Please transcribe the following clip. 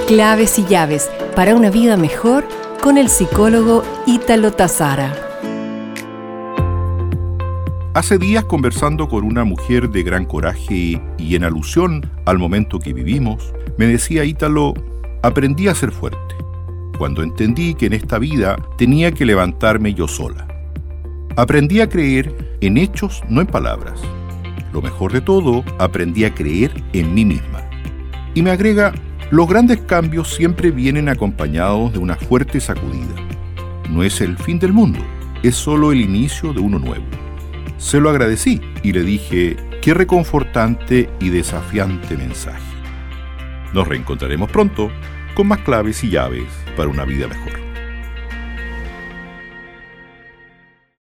Claves y llaves para una vida mejor con el psicólogo Ítalo Tazara. Hace días, conversando con una mujer de gran coraje y en alusión al momento que vivimos, me decía Ítalo: aprendí a ser fuerte cuando entendí que en esta vida tenía que levantarme yo sola. Aprendí a creer en hechos, no en palabras. Lo mejor de todo, aprendí a creer en mí misma. Y me agrega: los grandes cambios siempre vienen acompañados de una fuerte sacudida. No es el fin del mundo, es solo el inicio de uno nuevo. Se lo agradecí y le dije: qué reconfortante y desafiante mensaje. Nos reencontraremos pronto con más claves y llaves para una vida mejor.